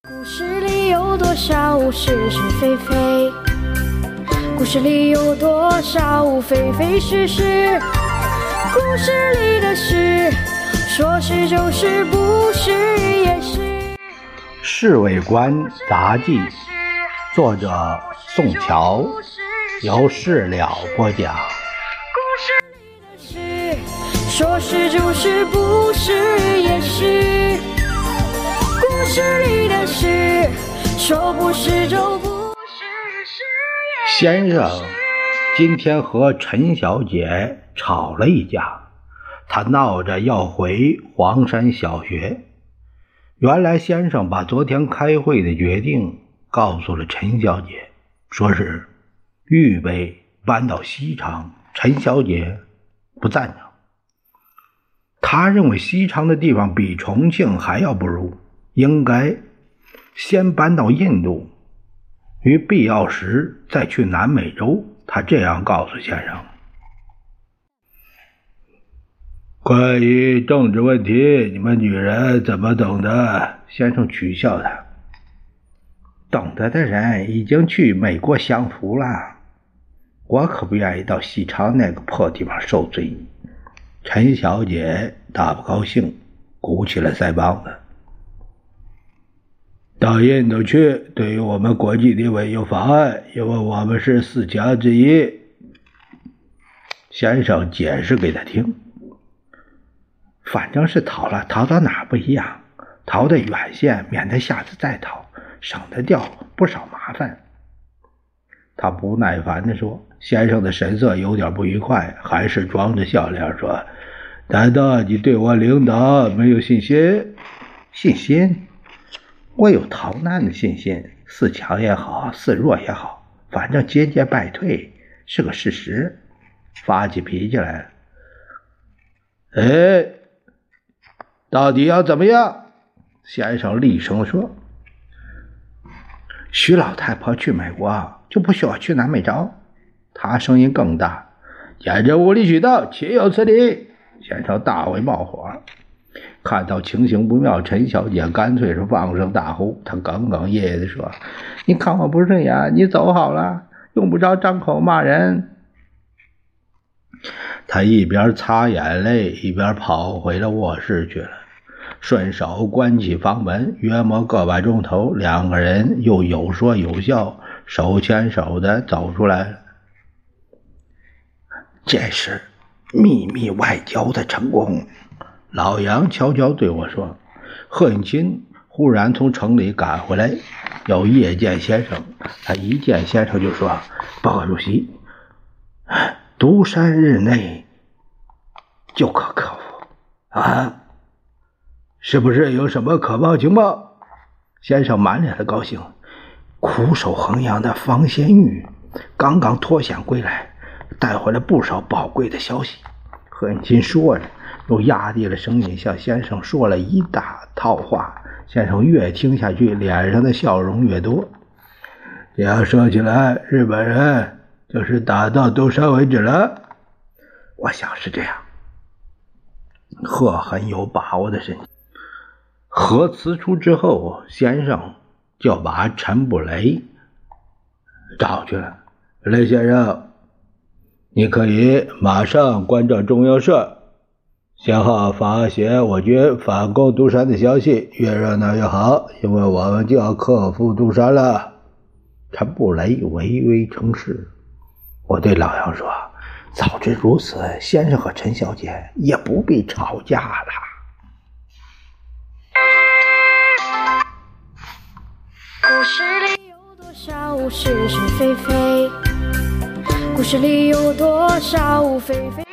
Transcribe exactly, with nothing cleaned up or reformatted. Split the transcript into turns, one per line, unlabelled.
故事里有多少是是非非？故事里有多少非非是是？故事里的事，说是就是，不是也是。《
侍卫官杂记》，作者宋乔，由事了播讲。
故事里的事，说是就是，不是也是。故事里的事，说不是就不是，是也是。
先生今天和陈小姐吵了一架，他闹着要回黄山小学。原来先生把昨天开会的决定告诉了陈小姐，说是预备搬到西昌，陈小姐不赞成。他认为西昌的地方比重庆还要不如，应该先搬到印度，于必要时再去南美洲。他这样告诉先生。关于政治问题，你们女人怎么懂的？先生取笑他。懂得的人已经去美国享福了，我可不愿意到西昌那个破地方受罪。陈小姐大不高兴，鼓起了腮帮子。到印度去对于我们国际地位有妨碍，因为我们是四强之一。先生解释给他听。反正是逃了，逃到哪不一样，逃得远些，免得下次再逃，省得掉不少麻烦。他不耐烦地说。先生的神色有点不愉快，还是装着笑脸说，难道你对我领导没有信心？信心？我有逃难的信心，四强也好，四弱也好，反正节节败退是个事实。发起脾气来了。哎，到底要怎么样？先生厉声说。徐老太婆去美国，就不需要去南美洲。他声音更大。沿着无理取闹，岂有此理！先生大为冒火。看到情形不妙，陈小姐干脆是放声大呼。她哽哽咽咽地说，你看我不顺眼，你走好了，用不着张口骂人。他一边擦眼泪，一边跑回了卧室去了，顺手关起房门。约莫个把钟头，两个人又有说有笑，手牵手的走出来了。这是秘密外交的成功。老杨悄悄对我说。贺应钦忽然从城里赶回来，要夜见先生。他一见先生就说，报告主席，独山日内就可克服啊！是不是有什么可报情报？先生满脸的高兴。苦守衡阳的方先玉刚刚脱险归来，带回了不少宝贵的消息。贺应钦说着，又压低了声音向先生说了一大套话。先生越听下去，脸上的笑容越多。这样说起来，日本人就是打到独山为止了。我想是这样。贺很有把握的神情。和辞出之后，先生就把陈布雷找去了。雷先生，你可以马上关照中央社，先后发写我军反攻独山的消息，越热闹越好，因为我们就要克服独山了。陈布雷微微称是。我对老杨说，早知如此，先生和陈小姐也不必吵架了。
故事里有多少是是非非？故事里有多少非非？